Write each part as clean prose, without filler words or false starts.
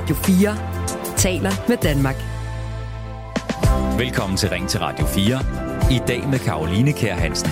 Radio 4 taler med Danmark. Velkommen til Ring til Radio 4. I dag med Caroline Kjær Hansen.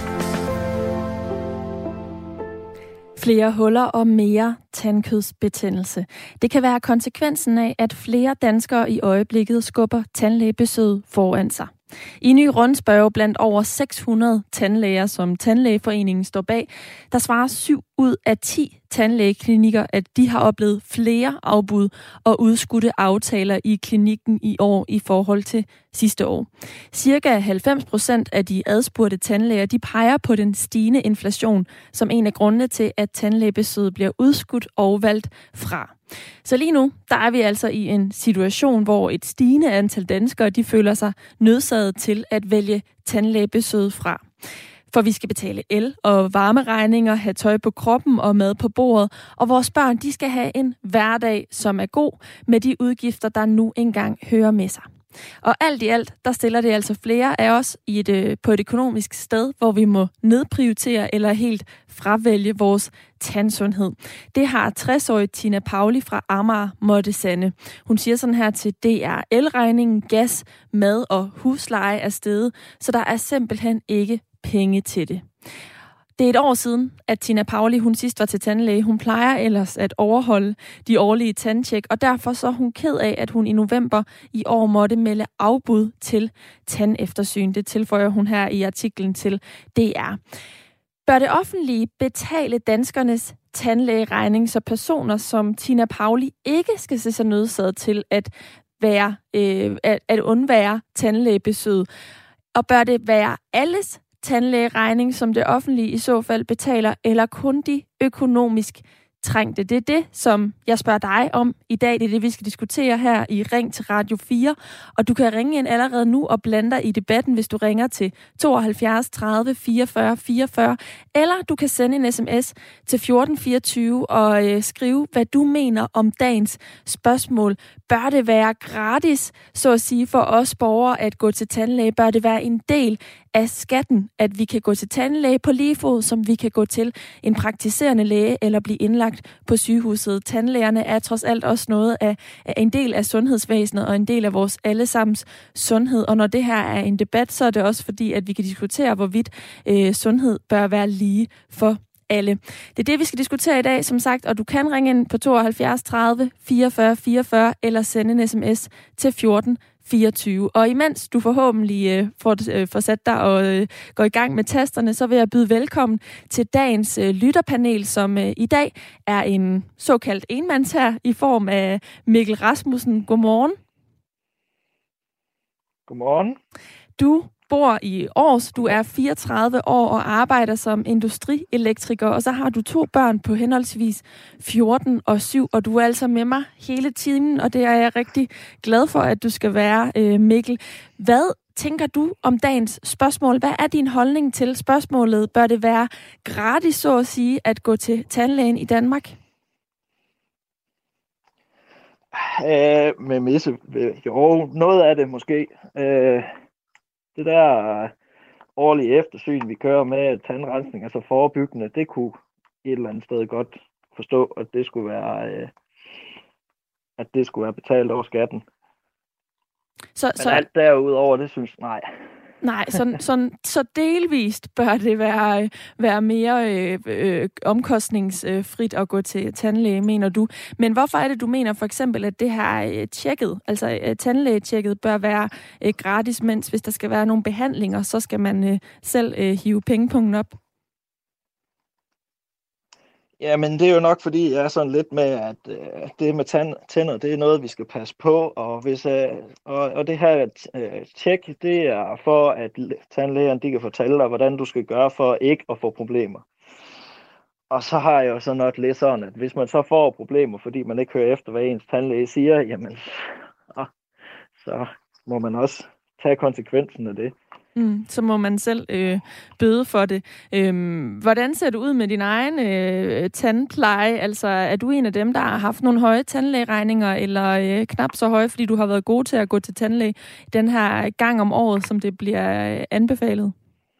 Flere huller og mere tandkødsbetændelse. Det kan være konsekvensen af, at flere danskere i øjeblikket skubber tandlægebesøget foran sig. I en ny rundspørge blandt over 600 tandlæger, som Tandlægeforeningen står bag, der svarer 7 ud af 10 tandlægeklinikker, at de har oplevet flere afbud og udskudte aftaler i klinikken i år i forhold til sidste år. Cirka 90% af de adspurgte tandlæger, de peger på den stigende inflation som en af grundene til, at tandlægebesøget bliver udskudt og valgt fra. Så lige nu, der er vi altså i en situation, hvor et stigende antal danskere, de føler sig nødsaget til at vælge tandlægebesøget fra. For vi skal betale el- og varmeregninger, have tøj på kroppen og mad på bordet, og vores børn, de skal have en hverdag, som er god med de udgifter, der nu engang hører med sig. Og alt i alt, der stiller det altså flere af os på et økonomisk sted, hvor vi må nedprioritere eller helt fravælge vores tandsundhed. Det har 60-årige Tina Pauli fra Amager måtte sande. Hun siger sådan her til DR: elregningen, gas, mad og husleje er steget, så der er simpelthen ikke penge til det. Det er et år siden, at Tina Pauli, hun sidst var til tandlæge. Hun plejer ellers at overholde de årlige tandtjek, og derfor så er hun ked af, at hun i november i år måtte melde afbud til tandeftersyn. Det tilføjer hun her i artiklen til DR. Bør det offentlige betale danskernes tandlægeregning, så personer som Tina Pauli ikke skal se sig nødsaget til at undvære tandlægebesøg? Og bør det være alles tandlægeregning, som det offentlige i så fald betaler, eller kun de økonomisk trængte? Det er det, som jeg spørger dig om i dag. Det er det, vi skal diskutere her i Ring til Radio 4. Og du kan ringe ind allerede nu og blande dig i debatten, hvis du ringer til 72 30 44 44. Eller du kan sende en sms til 1424 og skrive, hvad du mener om dagens spørgsmål. Bør det være gratis, så at sige, for os borgere at gå til tandlæge? Bør det være en del af skatten, at vi kan gå til tandlæge på lige fod, som vi kan gå til en praktiserende læge eller blive indlagt på sygehuset? Tandlægerne er trods alt også noget af en del af sundhedsvæsenet og en del af vores allesammens sundhed. Og når det her er en debat, så er det også fordi, at vi kan diskutere, hvorvidt sundhed bør være lige for alle. Det er det, vi skal diskutere i dag, som sagt, og du kan ringe ind på 72 30 44 44 eller sende en sms til 1424. Og imens du forhåbentlig får sat dig og går i gang med tasterne, så vil jeg byde velkommen til dagens lytterpanel, som i dag er en såkaldt enmandshær i form af Mikkel Rasmussen. Godmorgen. Godmorgen. Du bor i Aars, du er 34 år og arbejder som industrielektriker, og så har du 2 børn på henholdsvis 14 og 7, og du er altså med mig hele timen, og det er jeg rigtig glad for, at du skal være, Mikkel. Hvad tænker du om dagens spørgsmål? Hvad er din holdning til spørgsmålet? Bør det være gratis, så at sige, at gå til tandlægen i Danmark? Med misse. Jo, noget af det måske. Det der årlige eftersyn, vi kører med tandrensning, altså forebyggende, det kunne et eller andet sted godt forstå, at det skulle være betalt over skatten. Men alt derudover, det synes nej. Nej, så delvist bør det være mere omkostningsfrit at gå til tandlæge, mener du. Men hvorfor er det, du mener for eksempel, at det her tjekket, altså tandlægetjekket, bør være gratis, mens hvis der skal være nogle behandlinger, så skal man selv hive pengepungen op? Jamen, det er jo nok, fordi jeg er sådan lidt med, at det med tænder, det er noget, vi skal passe på. Og det her tjek, det er for, at tandlægerne de kan fortælle dig, hvordan du skal gøre for ikke at få problemer. Og så har jeg jo så noget lidt sådan, at hvis man så får problemer, fordi man ikke hører efter, hvad ens tandlæge siger, jamen, så må man også tage konsekvensen af det. Så må man selv bøde for det. Hvordan ser det ud med din egen tandpleje? Altså, er du en af dem, der har haft nogle høje tandlægeregninger, eller knap så høje, fordi du har været god til at gå til tandlæge den her gang om året, som det bliver anbefalet?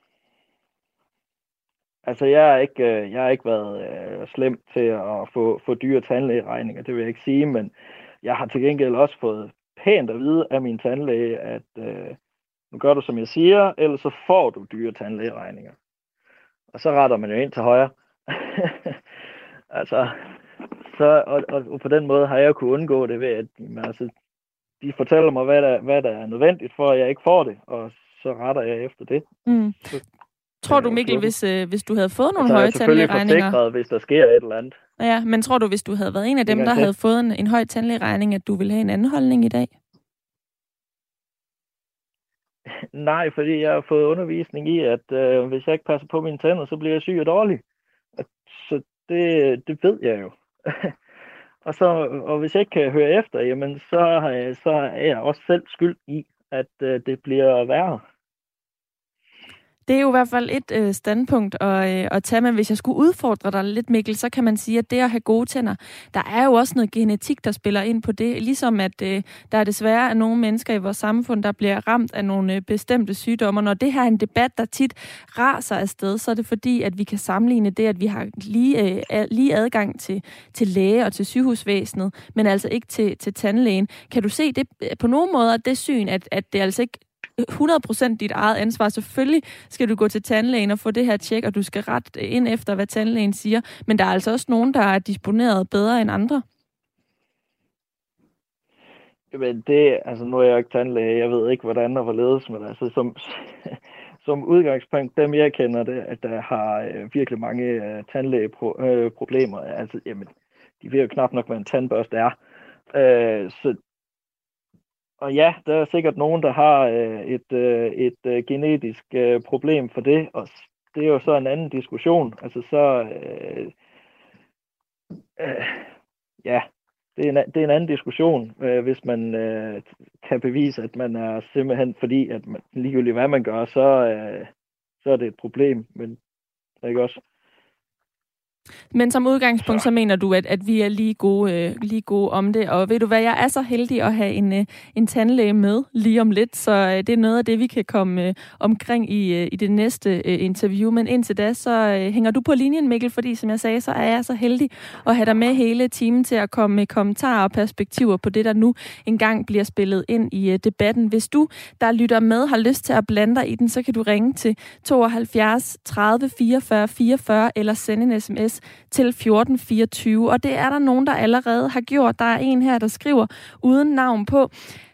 Altså, jeg har ikke været slem til at få dyre tandlægeregninger, det vil jeg ikke sige, men jeg har til gengæld også fået pænt at vide af min tandlæge, at nu gør du, som jeg siger, ellers så får du dyre tandlægeregninger. Og så retter man jo ind til højre. Altså, og på den måde har jeg jo kunnet undgå det ved, at de fortæller mig, hvad der er nødvendigt for, at jeg ikke får det, og så retter jeg efter det. Mm. Tror du, Mikkel, hvis du havde fået nogle høje tandlægeregninger... Så er jeg selvfølgelig forsikret, hvis der sker et eller andet. Ja, men tror du, hvis du havde været en af dem, der havde fået en høj tandlægeregning, at du ville have en anden holdning i dag? Nej, fordi jeg har fået undervisning i, at hvis jeg ikke passer på mine tænder, så bliver jeg syg og dårlig. Så det ved jeg jo. og hvis jeg ikke kan høre efter, jamen så er jeg også selv skyld i, at det bliver værre. Det er jo i hvert fald et standpunkt at tage, men hvis jeg skulle udfordre dig lidt, Mikkel, så kan man sige, at det at have gode tænder, der er jo også noget genetik, der spiller ind på det. Ligesom at der er desværre er nogle mennesker i vores samfund, der bliver ramt af nogle bestemte sygdomme. Når det her er en debat, der tit raser afsted, så er det fordi, at vi kan sammenligne det, at vi har lige adgang til læge og til sygehusvæsenet, men altså ikke til tandlægen. Kan du se det på nogen måder, det syn, at det altså ikke 100% dit eget ansvar. Selvfølgelig skal du gå til tandlægen og få det her tjek, og du skal rette ind efter, hvad tandlægen siger. Men der er altså også nogen, der er disponeret bedre end andre. Men nu er jeg ikke tandlæge. Jeg ved ikke, hvordan der var ledes, men altså som udgangspunkt, dem jeg kender det, at der har virkelig mange tandlægeproblemer. Altså, jamen, de ved jo knap nok, hvad en tandbørste er. Og ja, der er sikkert nogen, der har et genetisk problem for det, og det er jo så en anden diskussion. Altså så, det er en anden diskussion, hvis man kan bevise, at man er simpelthen fordi, at man, ligegyldigt hvad man gør, så er det et problem. Men ikke også? Men som udgangspunkt, så mener du, at vi er lige gode om det. Og ved du hvad, jeg er så heldig at have en tandlæge med lige om lidt, så det er noget af det, vi kan komme omkring i det næste interview. Men indtil da, så hænger du på linjen, Mikkel, fordi som jeg sagde, så er jeg så heldig at have dig med hele timen til at komme med kommentarer og perspektiver på det, der nu engang bliver spillet ind i debatten. Hvis du, der lytter med, har lyst til at blande dig i den, så kan du ringe til 72 30 44 44 eller sende en sms til 1424, og det er der nogen, der allerede har gjort. Der er en her, der skriver uden navn på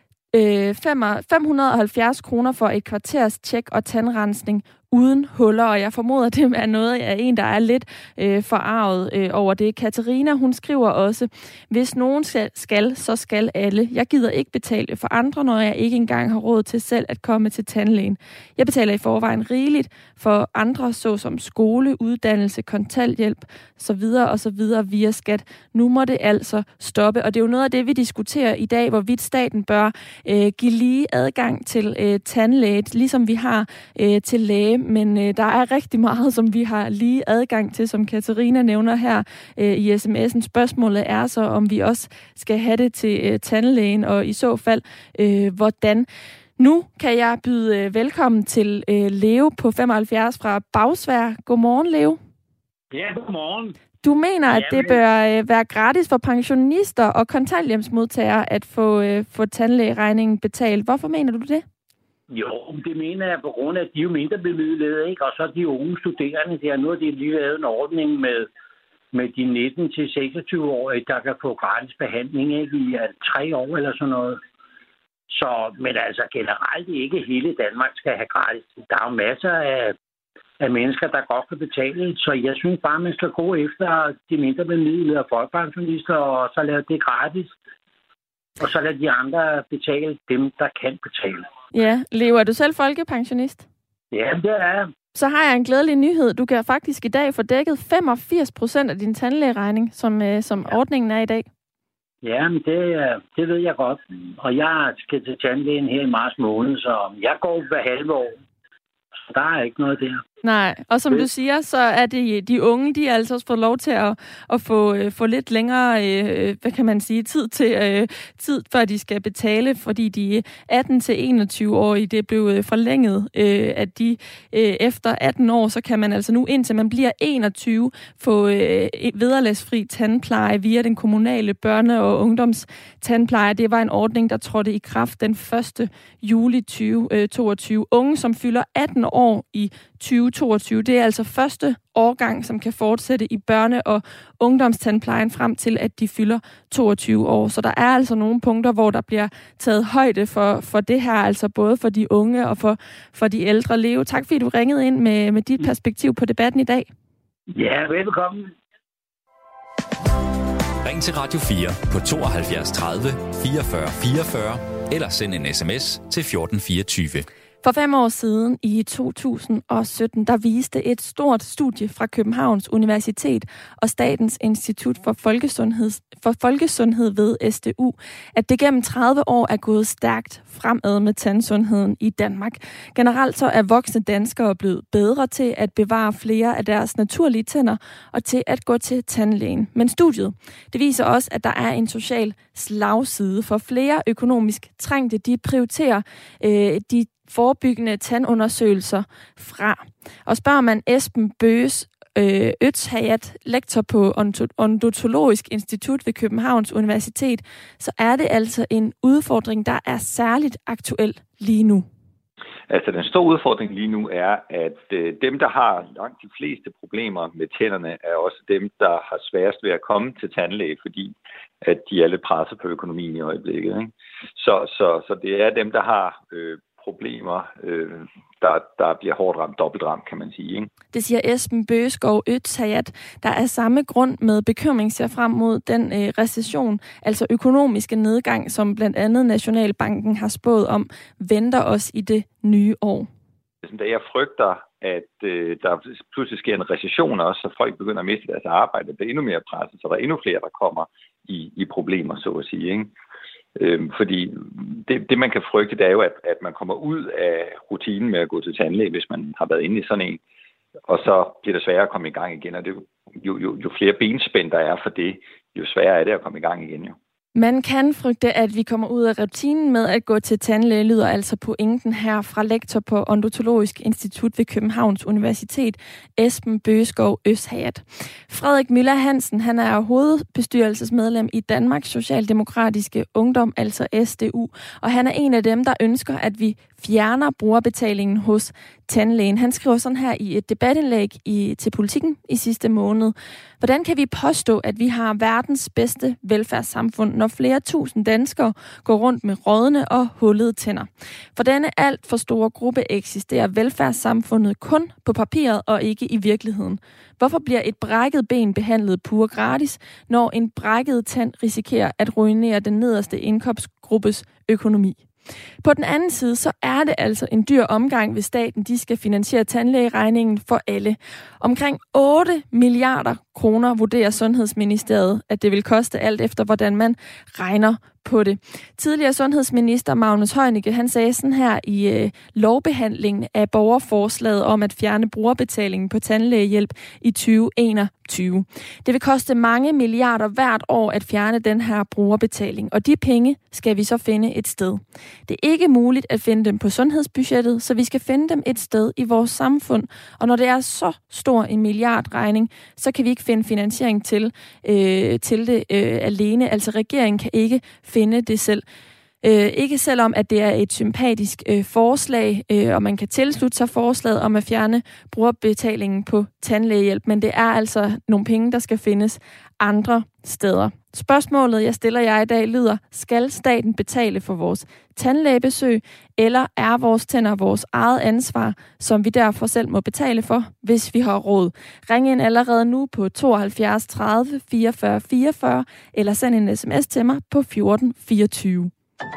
570 kroner for et kvarters tjek og tandrensning uden huller, og jeg formoder, det er noget af en, der er lidt forarvet over det. Katarina, hun skriver også, hvis nogen skal, så skal alle. Jeg gider ikke betale for andre, når jeg ikke engang har råd til selv at komme til tandlægen. Jeg betaler i forvejen rigeligt for andre, såsom skole, uddannelse, kontanthjælp, så videre via skat. Nu må det altså stoppe, og det er jo noget af det, vi diskuterer i dag, hvorvidt staten bør give lige adgang til tandlæge, ligesom vi har til læge. Men der er rigtig meget, som vi har lige adgang til, som Katarina nævner her i sms'en. Spørgsmålet er så, om vi også skal have det til tandlægen, og i så fald, hvordan. Nu kan jeg byde velkommen til Leo på 75 fra Bagsværd. Godmorgen, Leo. Ja, godmorgen. Du mener, at det bør være gratis for pensionister og kontanthjælpsmodtagere at få tandlægeregningen betalt. Hvorfor mener du det? Jo, det mener jeg på grund af, at de er jo mindre bemidlede, ikke? Og så de unge studerende, der nu har de lige lavet en ordning med de 19-26-årige, der kan få gratis behandling, ikke? I 3 år eller sådan noget. Så, men altså generelt ikke hele Danmark skal have gratis. Der er jo masser af mennesker, der godt kan betale. Så jeg synes bare, man skal gå efter de mindre bemidlede og folkepensionister, og så lave det gratis. Og så lade de andre betale dem, der kan betale. Ja, Leo, er du selv folkepensionist? Ja, det er jeg. Så har jeg en glædelig nyhed. Du kan faktisk i dag få dækket 85% af din tandlægeregning, som ordningen er i dag. Ja, men det ved jeg godt. Og jeg skal til tandlægen her i marts måned, så jeg går hver halve år. Så der er ikke noget der. Nej, og som du siger, så er det de unge, de har altså også fået lov til at få lidt længere, hvad kan man sige, tid før de skal betale, fordi de 18 til 21-årige, det er blevet forlænget, at de efter 18 år, så kan man altså nu indtil man bliver 21 få vederlagsfri tandpleje via den kommunale børne- og ungdomstandpleje. Det var en ordning, der trådte i kraft den 1. juli 2022. Unge, som fylder 18 år i 2022. Det er altså første årgang, som kan fortsætte i børne- og ungdomstandplejen frem til, at de fylder 22 år. Så der er altså nogle punkter, hvor der bliver taget højde for det her, altså både for de unge og for de ældre. Leo, tak fordi du ringede ind med dit perspektiv på debatten i dag. Ja, velkommen. Ring til Radio 4 på 72 30 44 44 eller send en sms til 1424. For 5 år siden, i 2017, der viste et stort studie fra Københavns Universitet og Statens Institut for Folkesundhed ved SDU, at det gennem 30 år er gået stærkt fremad med tandsundheden i Danmark. Generelt så er voksne danskere blevet bedre til at bevare flere af deres naturlige tænder og til at gå til tandlægen. Men studiet, det viser også, at der er en social slagside, for flere økonomisk trængte, de prioriterer de forebyggende tandundersøgelser fra. Og spørger man Esben Bøges Özhayat, lektor på Odontologisk Institut ved Københavns Universitet, så er det altså en udfordring, der er særligt aktuel lige nu. Altså den store udfordring lige nu er, at dem, der har langt de fleste problemer med tænderne, er også dem, der har sværest ved at komme til tandlæge, fordi at de er lidt presset på økonomien i øjeblikket. Ikke? Så det er dem, der har problemer, der bliver hårdt ramt, dobbelt ramt, kan man sige. Ikke? Det siger Esben Bøgeskov Özhayat, der af samme grund med bekymring ser frem mod den recession, altså økonomiske nedgang, som blandt andet Nationalbanken har spået om, venter os i det nye år. Jeg frygter, at der pludselig sker en recession også, så folk begynder at miste deres arbejde. Det er endnu mere presset, så der er endnu flere, der kommer i problemer, så at sige. Ikke? Fordi det, man kan frygte, det er jo, at man kommer ud af rutinen med at gå til tandlæge, hvis man har været inde i sådan en, og så bliver det sværere at komme i gang igen, og det, jo flere benspænd der er for det, jo sværere er det at komme i gang igen jo. Man kan frygte, at vi kommer ud af rutinen med at gå til tandlæge, lyder altså pointen her fra lektor på Odontologisk Institut ved Københavns Universitet, Esben Bøgeskov Özhayat. Frederik Müller Hansen, han er hovedbestyrelsesmedlem i Danmarks Socialdemokratiske Ungdom, altså SDU, og han er en af dem, der ønsker, at vi fjerner brugerbetalingen hos tandlægen. Han skriver sådan her i et debatindlæg til Politikken i sidste måned. Hvordan kan vi påstå, at vi har verdens bedste velfærdssamfund, når flere tusind danskere går rundt med rådne og hullede tænder? For denne alt for store gruppe eksisterer velfærdssamfundet kun på papiret og ikke i virkeligheden. Hvorfor bliver et brækket ben behandlet pure gratis, når en brækket tand risikerer at ruinere den nederste indkomstgruppes økonomi? På den anden side, så er det altså en dyr omgang, hvis staten de skal finansiere tandlægeregningen for alle. Omkring 8 milliarder kroner vurderer Sundhedsministeriet, at det vil koste alt efter, hvordan man regner på det. Tidligere sundhedsminister Magnus Heunicke, han sagde sådan her i lovbehandlingen af borgerforslaget om at fjerne brugerbetalingen på tandlægehjælp i 2021. Det vil koste mange milliarder hvert år at fjerne den her brugerbetaling, og de penge skal vi så finde et sted. Det er ikke muligt at finde dem på sundhedsbudgettet, så vi skal finde dem et sted i vores samfund. Og når det er så stor en milliardregning, så kan vi ikke finde finansiering til det alene. Altså regeringen kan ikke finde det selv. Ikke selvom, at det er et sympatisk forslag, og man kan tilslutte sig forslaget om at fjerne brugerbetalingen på tandlægehjælp, men det er altså nogle penge, der skal findes andre steder. Spørgsmålet, jeg stiller jer i dag, lyder: skal staten betale for vores tandlægebesøg, eller er vores tænder vores eget ansvar, som vi derfor selv må betale for, hvis vi har råd? Ring ind allerede nu på 72 30 44 44, eller send en sms til mig på 1424.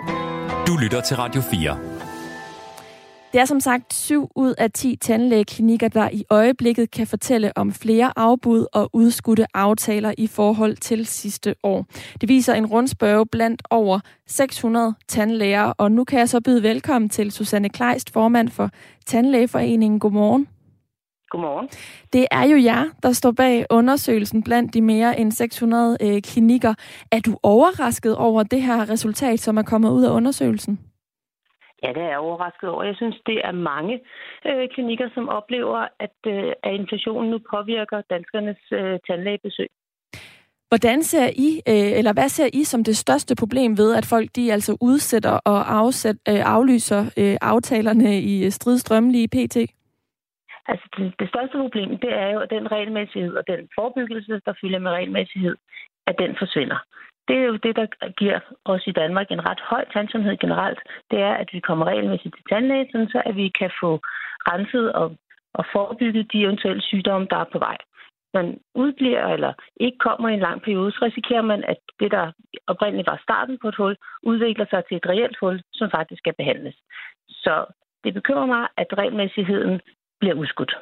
Du lytter til Radio 4. Det er som sagt 7 ud af 10 tandlægeklinikker, der i øjeblikket kan fortælle om flere afbud og udskudte aftaler i forhold til sidste år. Det viser en rundspørge blandt over 600 tandlæger, og nu kan jeg så byde velkommen til Susanne Kleist, formand for Tandlægeforeningen. Godmorgen. Godmorgen. Det er jo jer, der står bag undersøgelsen blandt de mere end 600 klinikker. Er du overrasket over det her resultat, som er kommet ud af undersøgelsen? Ja, det er jeg overrasket over. Jeg synes, det er mange klinikker, som oplever, at inflationen nu påvirker danskernes tandlægebesøg. Hvordan ser I, eller hvad ser I som det største problem ved, at folk de altså udsætter og aflyser aftalerne i stridstrøm lige pt? Altså det største problem, det er jo, at den regelmæssighed og den forebyggelse, der følger med regelmæssighed, at den forsvinder. Det er jo det, der giver os i Danmark en ret høj tandsundhed generelt. Det er, at vi kommer regelmæssigt til tandlæge, så at vi kan få renset og forebygget de eventuelle sygdomme, der er på vej. Man udbliver eller ikke kommer i en lang periode, så risikerer man, at det, der oprindeligt var starten på et hul, udvikler sig til et reelt hul, som faktisk skal behandles. Så det bekymrer mig, at regelmæssigheden bliver udskudt.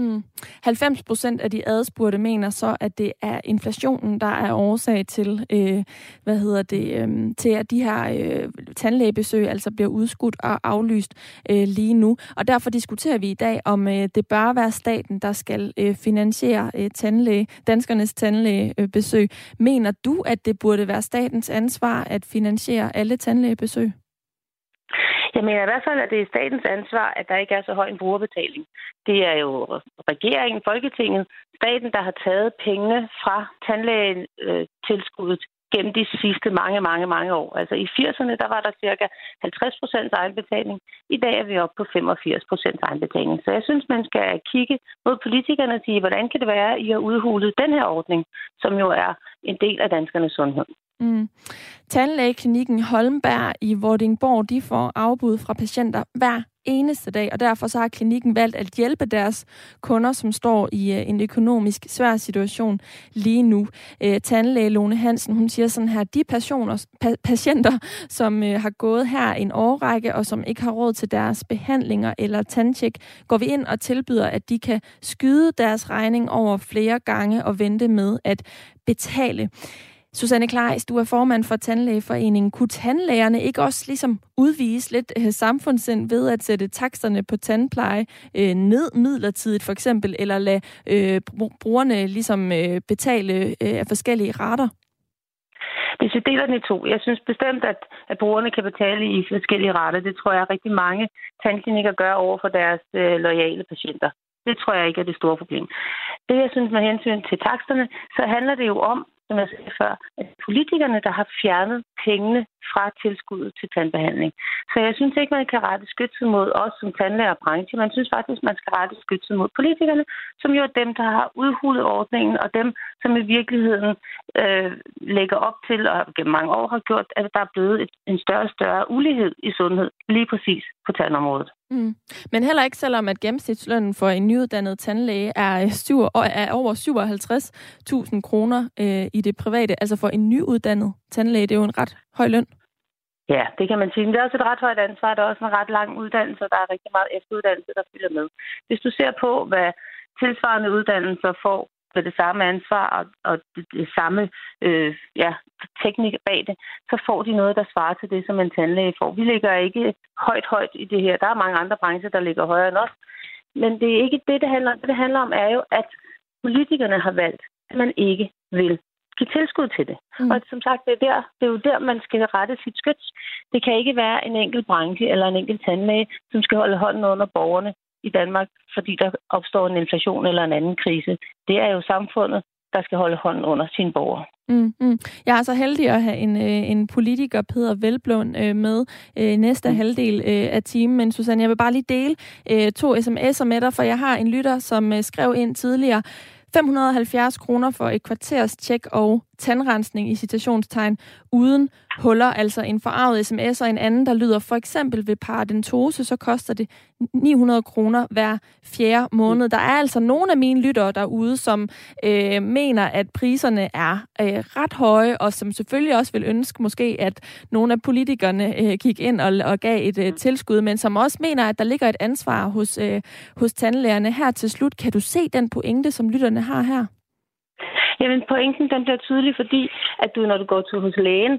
90% af de adspurgte mener så, at det er inflationen, der er årsag til, til at de her tandlægebesøg altså bliver udskudt og aflyst lige nu. Og derfor diskuterer vi i dag, om det bør være staten, der skal finansiere danskernes tandlægebesøg. Mener du, at det burde være statens ansvar at finansiere alle tandlægebesøg? Jeg mener i hvert fald, at det er statens ansvar, at der ikke er så høj en brugerbetaling. Det er jo regeringen, Folketinget, staten, der har taget pengene fra tandlægetilskuddet gennem de sidste mange år. Altså i 80'erne, der var der cirka 50% egenbetaling. I dag er vi oppe på 85% egenbetaling. Så jeg synes, man skal kigge mod politikerne og sige, hvordan kan det være, at I har udhulet den her ordning, som jo er en del af danskernes sundhed. Tandlægeklinikken Holmberg i Vordingborg, de får afbud fra patienter hver eneste dag, og derfor så har klinikken valgt at hjælpe deres kunder, som står i en økonomisk svær situation lige nu. Tandlæge Lone Hansen, hun siger sådan her, de patienter, som har gået her en årrække, og som ikke har råd til deres behandlinger eller tandtjek, går vi ind og tilbyder, at de kan skyde deres regning over flere gange og vente med at betale. Susanne Kleis, du er formand for Tandlægeforeningen. Kunne tandlægerne ikke også ligesom udvise lidt samfundssind ved at sætte taksterne på tandpleje ned midlertidigt for eksempel, eller lade brugerne ligesom betale af forskellige rater? Hvis vi deler den i to, jeg synes bestemt, at brugerne kan betale i forskellige rater. Det tror jeg rigtig mange tandklinikker gør over for deres loyale patienter. Det tror jeg ikke er det store problem. Det, jeg synes med hensyn til taksterne, så handler det jo om, som jeg sagde før, at politikerne, der har fjernet pengene fra tilskuddet til tandbehandling. Så jeg synes ikke, man kan rette skytset mod os som tandlæger og branche. Man synes faktisk, man skal rette skytset mod politikerne, som jo er dem, der har udhulet ordningen, og dem, som i virkeligheden lægger op til, og gennem mange år har gjort, at der er blevet en større ulighed i sundhed, lige præcis på tandområdet. Men heller ikke selvom, at gennemsnitslønnen for en nyuddannet tandlæge er over 57.000 kroner i det private. Altså for en nyuddannet tandlæge, det er jo en ret høj løn. Ja, det kan man sige. Men det er også et ret højt ansvar. Der er også en ret lang uddannelse, og der er rigtig meget efteruddannelse, der følger med. Hvis du ser på, hvad tilsvarende uddannelser får med det samme ansvar og det samme teknik bag det, så får de noget, der svarer til det, som en tandlæge får. Vi ligger ikke højt i det her. Der er mange andre brancher, der ligger højere end os. Men det er ikke det handler om. Det, det handler om, er jo, at politikerne har valgt, at man ikke vil give tilskud til det. Og som sagt, det er jo der, man skal rette sit skyts. Det kan ikke være en enkelt branche eller en enkelt tandlæge, som skal holde hånden under borgerne i Danmark, fordi der opstår en inflation eller en anden krise. Det er jo samfundet, der skal holde hånden under sine borgere. Jeg er så heldig at have en politiker, Peder Hvelplund, med næste halvdel af timen. Men Susanne, jeg vil bare lige dele 2 sms'er med dig, for jeg har en lytter, som skrev ind tidligere. 570 kroner for et kvarters tjek og tandrensning i citationstegn uden huller, altså en forarvet sms, og en anden, der lyder for eksempel ved paradontose, så koster det 900 kroner hver 4. måned. Der er altså nogle af mine lyttere derude, som mener, at priserne er ret høje, og som selvfølgelig også vil ønske måske, at nogle af politikerne gik ind og gav et tilskud, men som også mener, at der ligger et ansvar hos tandlægerne. Her til slut, kan du se den pointe, som lytterne har her? Jamen, pointen den bliver tydelig, fordi at du, når du går til hos lægen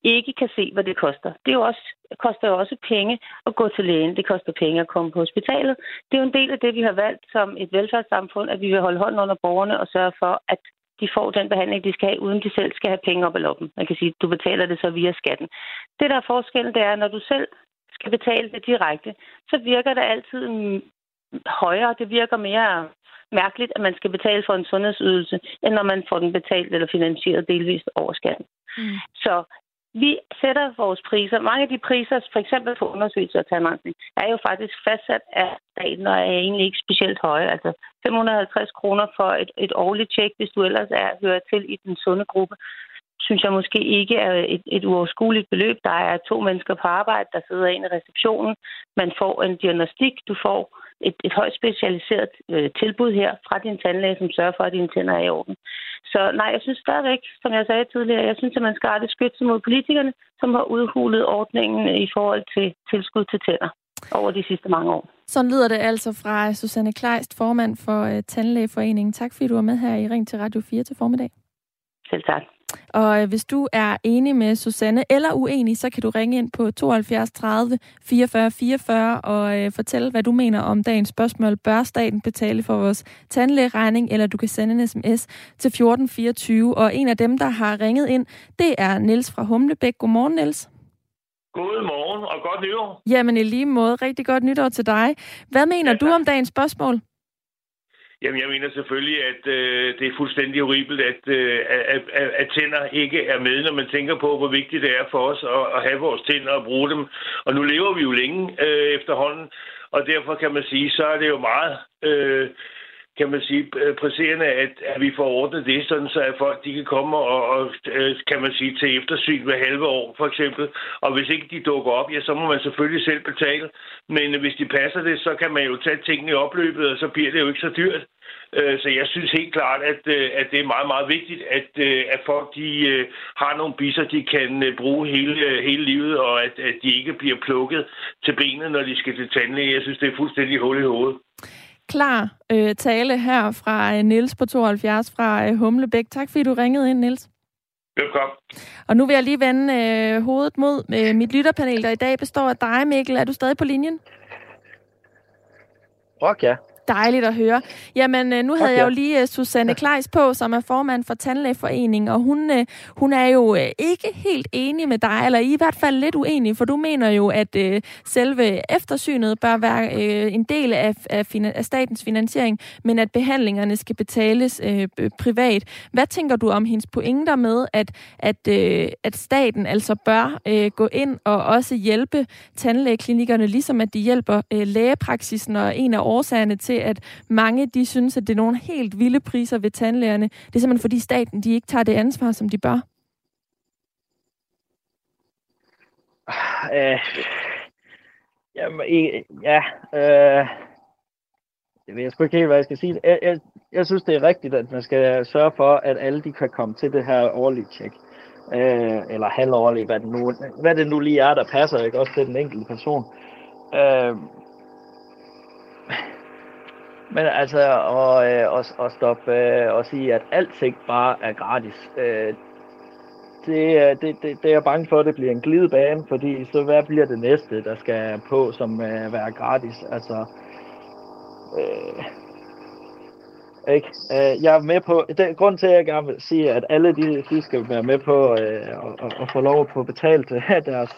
ikke kan se, hvad det koster. Det koster jo også penge at gå til lægen. Det koster penge at komme på hospitalet. Det er jo en del af det, vi har valgt som et velfærdssamfund, at vi vil holde hånden under borgerne og sørge for, at de får den behandling, de skal have, uden de selv skal have penge op ad lommen. Man kan sige, at du betaler det så via skatten. Det, der er forskellen, det er, når du selv skal betale det direkte, så virker det altid højere. Det virker mere mærkeligt, at man skal betale for en sundhedsydelse, end når man får den betalt eller finansieret delvist over skatten. Så vi sætter vores priser. Mange af de priser, for eksempel for undersøgelser og tandrensning, er jo faktisk fastsat af staten, og er egentlig ikke specielt høje. Altså 550 kroner for et årligt tjek, hvis du ellers hører til i den sunde gruppe, synes jeg måske ikke er et uoverskueligt beløb. Der er 2 mennesker på arbejde, der sidder ind i receptionen. Man får en diagnostik, du får et højt specialiseret tilbud her fra din tandlæge, som sørger for, at dine tænder er i orden. Så nej, jeg synes stadigvæk, som jeg sagde tidligere, jeg synes, at man skal rette skytse mod politikerne, som har udhulet ordningen i forhold til tilskud til tænder over de sidste mange år. Sådan lyder det altså fra Susanne Kleist, formand for Tandlægeforeningen. Tak fordi du var med her i Ring til Radio 4 til formiddag. Selv tak. Og hvis du er enig med Susanne eller uenig, så kan du ringe ind på 72 30 44 44 og fortælle, hvad du mener om dagens spørgsmål. Bør staten betale for vores tandlægeregning, eller du kan sende en sms til 1424. Og en af dem, der har ringet ind, det er Niels fra Humlebæk. Godmorgen, Niels. Godmorgen og godt nytår. Jamen i lige måde. Rigtig godt nytår til dig. Hvad mener du om dagens spørgsmål? Jamen, jeg mener selvfølgelig, at det er fuldstændig horribelt, at tænder ikke er med, når man tænker på, hvor vigtigt det er for os at have vores tænder og bruge dem. Og nu lever vi jo længe efterhånden, og derfor kan man sige, så er det jo meget presserende, at vi får ordnet det, sådan så at folk de kan komme og kan man sige, til eftersyn hver halve år, for eksempel. Og hvis ikke de dukker op, ja, så må man selvfølgelig selv betale. Men hvis de passer det, så kan man jo tage tingene i opløbet, og så bliver det jo ikke så dyrt. Så jeg synes helt klart, at det er meget, meget vigtigt, at folk de har nogle bisser, de kan bruge hele livet, og at de ikke bliver plukket til benet, når de skal til tandlæge. Jeg synes, det er fuldstændig hul i hovedet. Klar tale her fra Niels på 72 fra Humlebæk. Tak fordi du ringede ind, Niels. Velkommen. Og nu vil jeg lige vende hovedet mod mit lytterpanel, der i dag består af dig, Mikkel. Er du stadig på linjen? Ja. Dejligt at høre. Jamen, nu havde jeg jo lige Susanne Kleist på, som er formand for Tandlægeforeningen, og hun er jo ikke helt enig med dig, eller i hvert fald lidt uenig, for du mener jo, at selve eftersynet bør være en del af statens finansiering, men at behandlingerne skal betales privat. Hvad tænker du om hendes pointer med, at staten altså bør gå ind og også hjælpe tandlægeklinikkerne, ligesom at de hjælper lægepraksisen, og en af årsagerne til, at mange de synes, at det er nogle helt vilde priser ved tandlægerne. Det er simpelthen fordi staten de ikke tager det ansvar, som de bør. Jeg ved sgu ikke helt, hvad jeg skal sige. Jeg synes, det er rigtigt, at man skal sørge for, at alle de kan komme til det her årlige tjek. Eller halvårlige, hvad det nu lige er, der passer, ikke også til den enkelte person. Men altså, at stoppe og sige, at alting bare er gratis, det er jeg bange for, at det bliver en glidebane, fordi så hvad bliver det næste, der skal på, som være gratis? Altså, ikke? Jeg er med på, grund til, at jeg gerne vil sige, at alle de skal være med på at få lov at få betalt deres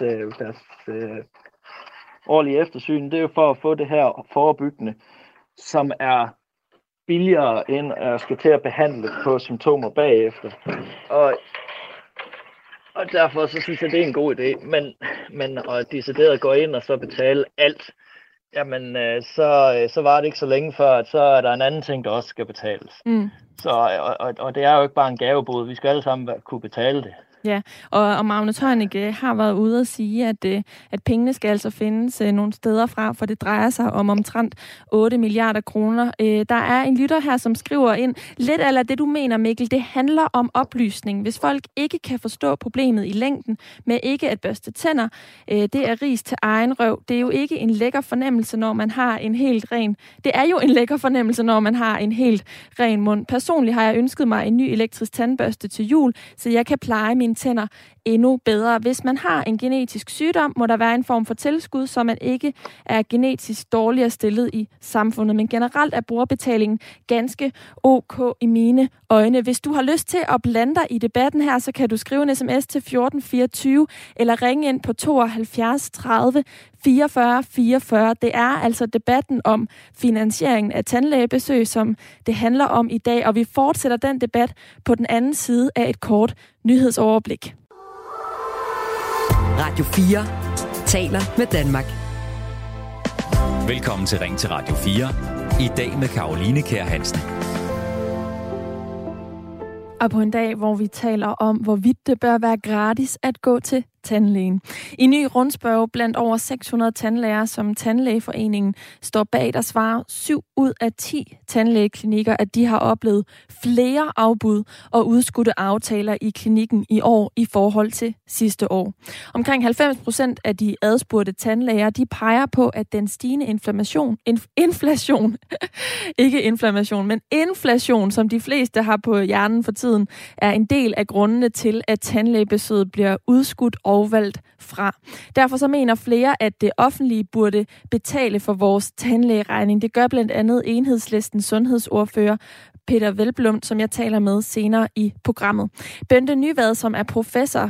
årlige eftersyn, det er jo for at få det her forebyggende, som er billigere end at skulle til at behandle på symptomer bagefter. Og derfor så synes jeg, det er en god idé. Men at decideret gå ind og så betale alt, jamen så var det ikke så længe før, at så er der en anden ting, der også skal betales. Så, og det er jo ikke bare en gavebod. Vi skal alle sammen kunne betale det. Ja, og Magnus Heunicke har været ude at sige, at pengene skal altså findes nogle steder fra, for det drejer sig om omtrent 8 milliarder kroner. Der er en lytter her, som skriver ind, lidt eller det du mener, Mikkel, det handler om oplysning. Hvis folk ikke kan forstå problemet i længden med ikke at børste tænder, det er ris til egen røv. Det er jo ikke en lækker fornemmelse, når man har en helt ren. Det er jo en lækker fornemmelse, når man har en helt ren mund. Personligt har jeg ønsket mig en ny elektrisk tandbørste til jul, så jeg kan pleje mine tænder endnu bedre. Hvis man har en genetisk sygdom, må der være en form for tilskud, så man ikke er genetisk dårligere stillet i samfundet. Men generelt er brugerbetalingen ganske ok i mine øjne. Hvis du har lyst til at blande dig i debatten her, så kan du skrive en sms til 1424 eller ringe ind på 72 30 44 44. Det er altså debatten om finansieringen af tandlægebesøg, som det handler om i dag, og vi fortsætter den debat på den anden side af et kort nyhedsoverblik. Radio 4 taler med Danmark. Velkommen til Ring til Radio 4. I dag med Caroline Kjær Hansen. Og på en dag, hvor vi taler om, hvorvidt det bør være gratis at gå til tandlægen. I ny rundspørge blandt over 600 tandlæger, som Tandlægeforeningen står bag, der svarer 7 ud af 10 tandlægeklinikker, at de har oplevet flere afbud og udskudte aftaler i klinikken i år i forhold til sidste år. Omkring 90% af de adspurgte tandlæger, de peger på, at den stigende inflation, som de fleste har på hjernen for tiden, er en del af grundene til, at tandlægebesøget bliver udskudt og valgt fra. Derfor så mener flere, at det offentlige burde betale for vores tandlægeregning. Det gør blandt andet Enhedslistens sundhedsordfører Peter Velblom, som jeg taler med senere i programmet. Bente Nyvad, som er professor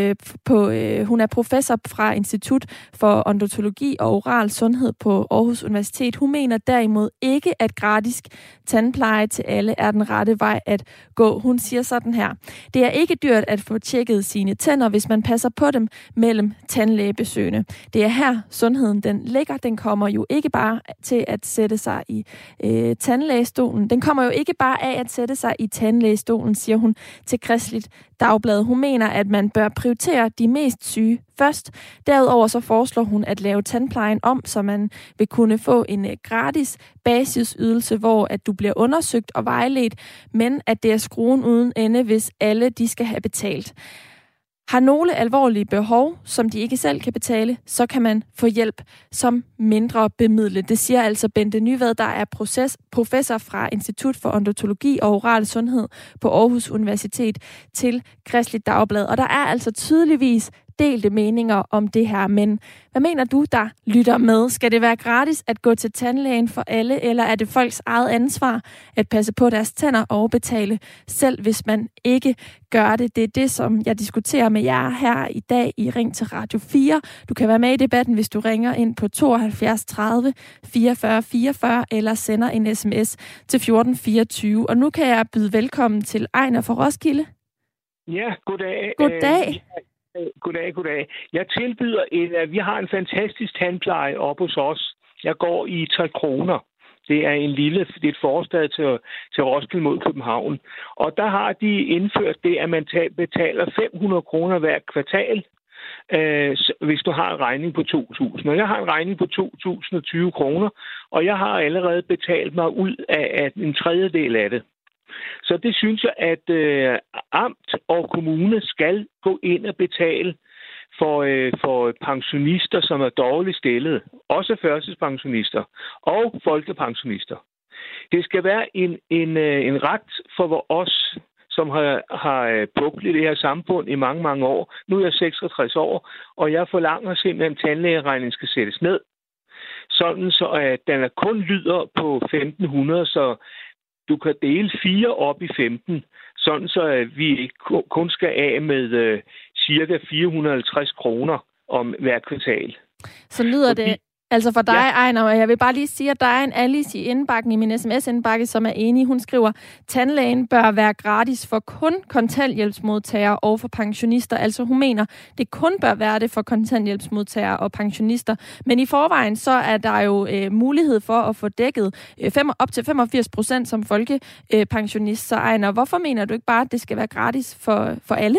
hun er professor fra Institut for Odontologi og Oral Sundhed på Aarhus Universitet. Hun mener derimod ikke, at gratis tandpleje til alle er den rette vej at gå. Hun siger sådan her: det er ikke dyrt at få tjekket sine tænder, hvis man passer på dem mellem tandlægebesøgene. Det er her sundheden den ligger. Den kommer jo ikke bare til at sætte sig i tandlægestolen. Den kommer jo ikke bare af at sætte sig i tandlægestolen, siger hun til Kristeligt Dagblad. Hun mener, at man bør prioritere de mest syge først. Derudover så foreslår hun at lave tandplejen om, så man vil kunne få en gratis basisydelse, hvor at du bliver undersøgt og vejledt, men at det er skruen uden ende, hvis alle de skal have betalt. Har nogle alvorlige behov, som de ikke selv kan betale, så kan man få hjælp som mindre bemidlet. Det siger altså Bente Nyvad, der er professor fra Institut for Odontologi og Oral Sundhed på Aarhus Universitet til Kristeligt Dagblad. Og der er altså tydeligvis delte meninger om det her, men hvad mener du, der lytter med? Skal det være gratis at gå til tandlægen for alle, eller er det folks eget ansvar at passe på deres tænder og betale selv, hvis man ikke gør det? Det er det, som jeg diskuterer med jer her i dag i Ring til Radio 4. Du kan være med i debatten, hvis du ringer ind på 72 30 44 44 eller sender en sms til 1424. Og nu kan jeg byde velkommen til Ejner fra Roskilde. Ja, goddag. Goddag. Goddag. Jeg tilbyder vi har en fantastisk tandpleje oppe hos os. Jeg går i 3 kroner. Det er et forstad til Roskilde mod København. Og der har de indført det, at man betaler 500 kroner hver kvartal, hvis du har en regning på 2.000. Og jeg har en regning på 2.020 kroner, og jeg har allerede betalt mig ud af en tredjedel af det. Så det synes jeg, at amt og kommune skal gå ind og betale for pensionister, som er dårligt stillet. Også førtidspensionister og folkepensionister. Det skal være en ret for os, som har puklet i det her samfund i mange, mange år. Nu er jeg 66 år, og jeg forlanger simpelthen, at tandlægeregningen skal sættes ned. Sådan så, at den kun lyder på 1.500, så du kan dele 4 op i 15, sådan så vi ikke kun skal af med cirka 450 kroner om hver kvartal. Så lyder det altså for dig, ja. Ejner, og jeg vil bare lige sige, at der er en Alice i indbakken, i min sms-indbakke, som er enig. Hun skriver, tandlægen bør være gratis for kun kontanthjælpsmodtagere og for pensionister. Altså hun mener, det kun bør være det for kontanthjælpsmodtagere og pensionister. Men i forvejen, så er der jo mulighed for at få dækket op til 85% som folkepensionist. Så Ejner, hvorfor mener du ikke bare, at det skal være gratis for alle?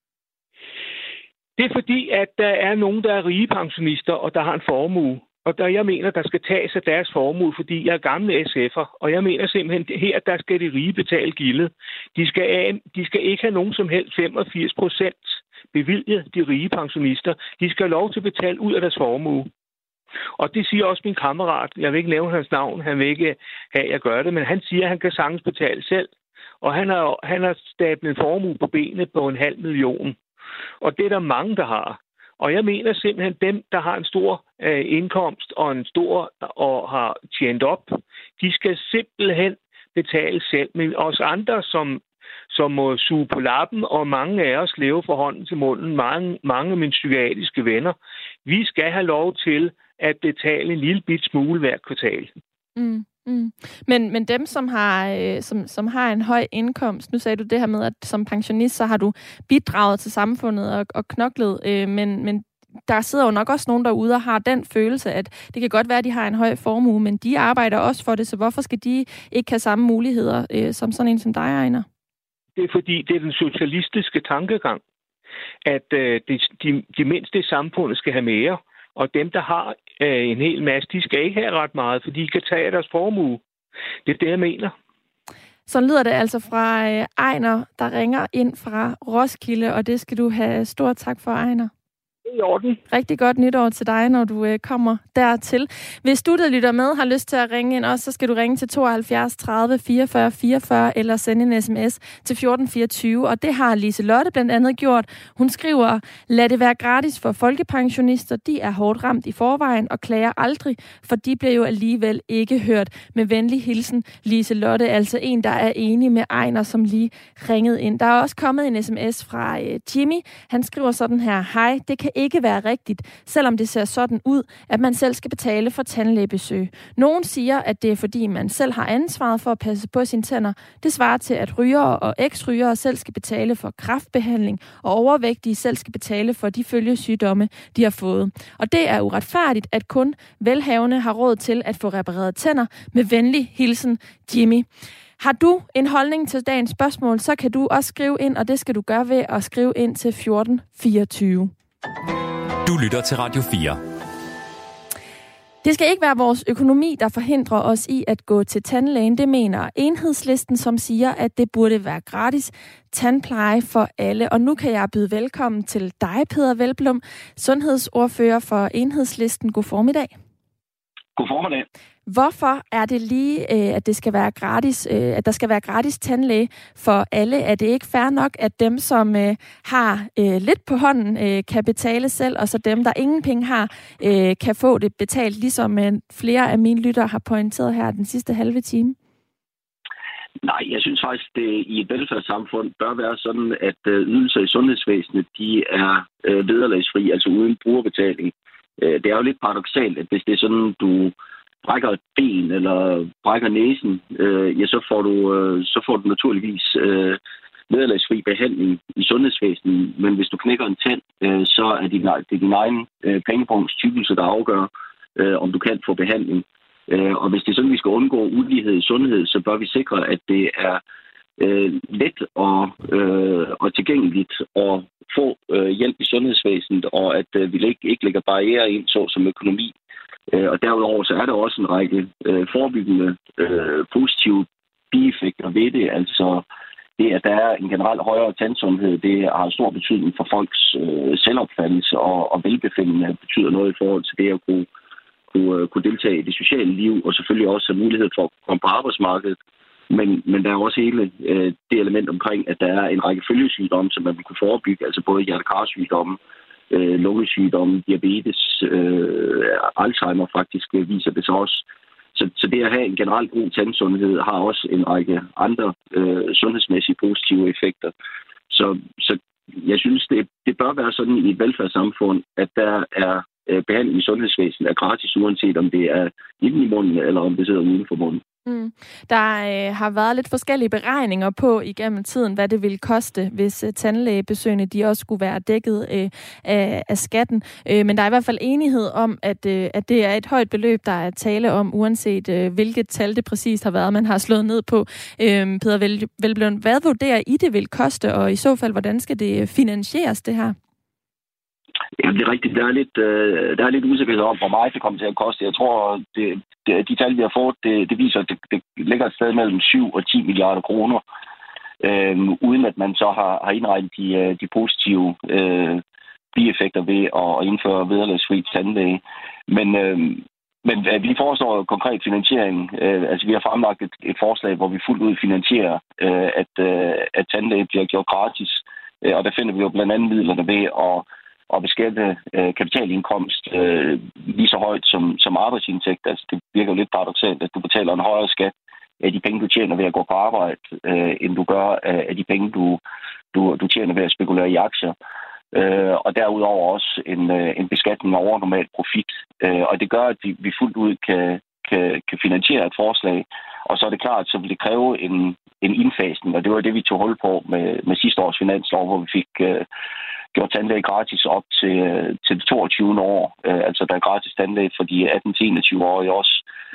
Det er fordi, at der er nogen, der er rige pensionister, og der har en formue. Og jeg mener, der skal tages af deres formue, fordi jeg er gammel SF'er. Og jeg mener simpelthen, her der skal de rige betale gildet. De skal ikke have nogen som helst 85% bevilget, de rige pensionister. De skal have lov til at betale ud af deres formue. Og det siger også min kammerat. Jeg vil ikke nævne hans navn. Han vil ikke have, at jeg gør det. Men han siger, at han kan sagtens betale selv. Og han har stablet en formue på benet på 500.000. Og det er der mange, der har. Og jeg mener simpelthen, dem, der har en stor indkomst og har tjent op, de skal simpelthen betale selv. Men os andre, som må suge på lappen, og mange af os lever fra hånden til munden, mange af mine psykiatriske venner, vi skal have lov til at betale en lille bit smule hver kvartal. Men dem, som har en høj indkomst, nu sagde du det her med, at som pensionist, så har du bidraget til samfundet og knoklet, men der sidder jo nok også nogen derude og har den følelse, at det kan godt være, at de har en høj formue, men de arbejder også for det, så hvorfor skal de ikke have samme muligheder som sådan en som dig, Ejner? Det er fordi, det er den socialistiske tankegang, at de mindste i samfundet skal have mere, og dem, der har en hel masse, de skal ikke have ret meget, for de kan tage deres formue. Det er det, jeg mener. Så lyder det altså fra Ejner, der ringer ind fra Roskilde, og det skal du have stor tak for, Ejner. I orden. Rigtig godt nytår til dig, når du kommer dertil. Hvis du, der lytter med, har lyst til at ringe ind også, så skal du ringe til 72 30 44 44 eller sende en sms til 1424. Og det har Lise-Lotte blandt andet gjort. Hun skriver, lad det være gratis for folkepensionister. De er hårdt ramt i forvejen og klager aldrig, for de bliver jo alligevel ikke hørt. Med venlig hilsen, Lise-Lotte, altså en, der er enig med Ejner, som lige ringede ind. Der er også kommet en sms fra Jimmy. Han skriver sådan her, hej, det kan ikke være rigtigt, selvom det ser sådan ud, at man selv skal betale for tandlægebesøg. Nogen siger, at det er fordi, man selv har ansvaret for at passe på sine tænder. Det svarer til, at rygere og eks-rygere selv skal betale for kræftbehandling, og overvægtige selv skal betale for de følgesygdomme, de har fået. Og det er uretfærdigt, at kun velhavende har råd til at få repareret tænder. Med venlig hilsen, Jimmy. Har du en holdning til dagens spørgsmål, så kan du også skrive ind, og det skal du gøre ved at skrive ind til 1424. Du lytter til Radio 4. Det skal ikke være vores økonomi, der forhindrer os i at gå til tandlægen. Det mener Enhedslisten, som siger, at det burde være gratis tandpleje for alle. Og nu kan jeg byde velkommen til dig, Peder Hvelplund, sundhedsordfører for Enhedslisten. God formiddag. God formiddag. Hvorfor er det lige, at det skal være gratis, at der skal være gratis tandlæge for alle? Er det ikke fair nok, at dem, som har lidt på hånden, kan betale selv, og så dem, der ingen penge har, kan få det betalt, ligesom flere af mine lyttere har pointeret her den sidste halve time? Nej, jeg synes faktisk, det i et velfærdssamfund bør være sådan, at ydelser i sundhedsvæsenet, de er vederlagsfri, altså uden brugerbetaling. Det er jo lidt paradoksalt, at hvis det er sådan, du brækker et ben eller brækker næsen, så får du naturligvis vederlagsfri behandling i sundhedsvæsenet. Men hvis du knækker en tand, så er det din egen pengepunktstykkelse, der afgør, om du kan få behandling. Og hvis det er sådan, vi skal undgå ulighed i sundhed, så bør vi sikre, at det er let og tilgængeligt at få hjælp i sundhedsvæsenet, og at vi ikke lægger barrierer ind, som økonomi. Og derudover så er der også en række forebyggende positive bieffekter ved det. Altså det, at der er en generelt højere tandsundhed, det har stor betydning for folks selvopfattelse og velbefindende. Det betyder noget i forhold til det at kunne deltage i det sociale liv, og selvfølgelig også have mulighed for at komme på arbejdsmarkedet. Men der er også hele det element omkring, at der er en række følgesygdomme, som man vil kunne forebygge, altså både hjerte-karsygdomme, lungesygdomme, diabetes, Alzheimer faktisk viser det så også. Så det at have en generelt god tandsundhed har også en række andre sundhedsmæssige positive effekter. Så jeg synes, det bør være sådan i et velfærdssamfund, at der er behandling i sundhedsvæsenet er gratis, uanset om det er inde i munden, eller om det sidder uden for munden. Der har været lidt forskellige beregninger på igennem tiden, hvad det ville koste, hvis tandlægebesøgene de også skulle være dækket af skatten. Men der er i hvert fald enighed om, at det er et højt beløb, der er tale om, uanset hvilket tal det præcist har været, man har slået ned på. Peder Hvelplund, hvad vurderer I det vil koste, og i så fald, hvordan skal det finansieres, det her? Ja, det er rigtigt. Der er lidt usikkerhed om, hvor meget det kommer til at koste. Jeg tror, de tal, vi har fået, det viser, at det ligger et sted mellem 7 og 10 milliarder kroner, uden at man så har indregnet de positive bieffekter ved at indføre vederlagsfri tandlæge. Men vi foreslår konkret finansiering. Altså, vi har fremlagt et forslag, hvor vi fuldt ud finansierer, at tandlæge bliver gjort gratis Og der finder vi jo blandt andet midlerne ved at beskatte kapitalindkomst lige så højt som arbejdsindtægt. Altså det virker jo lidt paradoksalt, at du betaler en højere skat af de penge, du tjener ved at gå på arbejde, end du gør af de penge, du tjener ved at spekulere i aktier. Og derudover også en beskatning af overnormal profit. Og det gør, at vi fuldt ud kan finansiere et forslag. Og så er det klart, så vil det kræve en indfasning, og det var det, vi tog hul på med sidste års finanslov, hvor vi fik gjort tandlæge gratis op til det 22. år. Altså der er gratis tandlæge for de 18-21-årige også.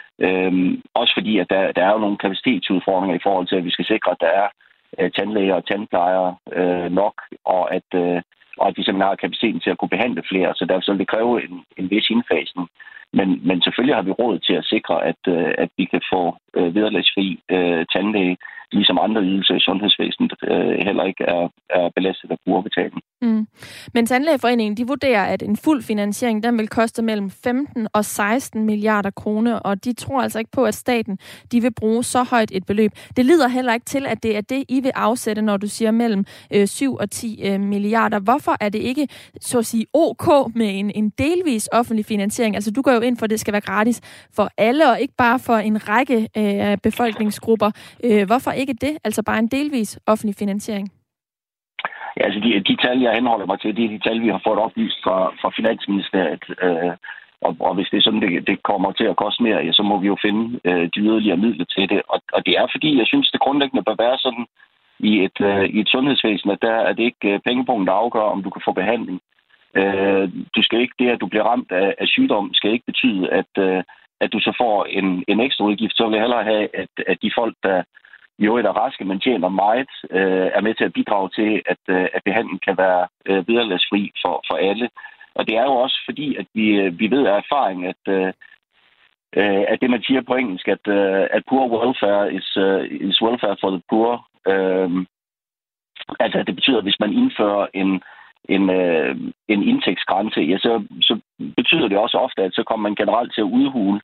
Også fordi, at der er jo nogle kapacitetsudfordringer i forhold til, at vi skal sikre, at der er tandlæger og tandplejere nok, og at vi simpelthen har kapaciteten til at kunne behandle flere. Så derfor vil det kræve en vis indfasning. Men selvfølgelig har vi råd til at sikre, at vi kan få vederlagsfri tandlæge, ligesom andre ydelser i sundhedsvæsenet heller ikke er belastet af brugerbetaling. Mm. Men Tandlægeforeningen, de vurderer, at en fuld finansiering, den vil koste mellem 15 og 16 milliarder kroner, og de tror altså ikke på, at staten de vil bruge så højt et beløb. Det lyder heller ikke til, at det er det, I vil afsætte, når du siger mellem 7 og 10 milliarder. Hvorfor er det ikke, så at sige, ok med en delvis offentlig finansiering? Altså, du går jo ind for, at det skal være gratis for alle, og ikke bare for en række befolkningsgrupper. Hvorfor ikke det? Altså bare en delvis offentlig finansiering? Ja, altså de tal, jeg henholder mig til, det er de tal, vi har fået oplyst fra Finansministeriet. Og hvis det er sådan, det kommer til at koste mere, ja, så må vi jo finde de yderligere midler til det. Og det er fordi, jeg synes, det grundlæggende bør være sådan i et sundhedsvæsen, at der er det ikke pengepunkten, der afgør, om du kan få behandling. Du skal ikke, det at du bliver ramt af sygdom, skal ikke betyde, at du så får en ekstra udgift. Så vil jeg hellere have, at de folk, der i øvrigt er raske, men tjener meget, er med til at bidrage til, at behandling kan være vederlagsfri for alle. Og det er jo også fordi, at vi ved af erfaring, at det, man siger på engelsk, at poor welfare is welfare for the poor. Altså, det betyder, at hvis man indfører en indtægtsgrænse, ja, så betyder det også ofte, at så kommer man generelt til at udhule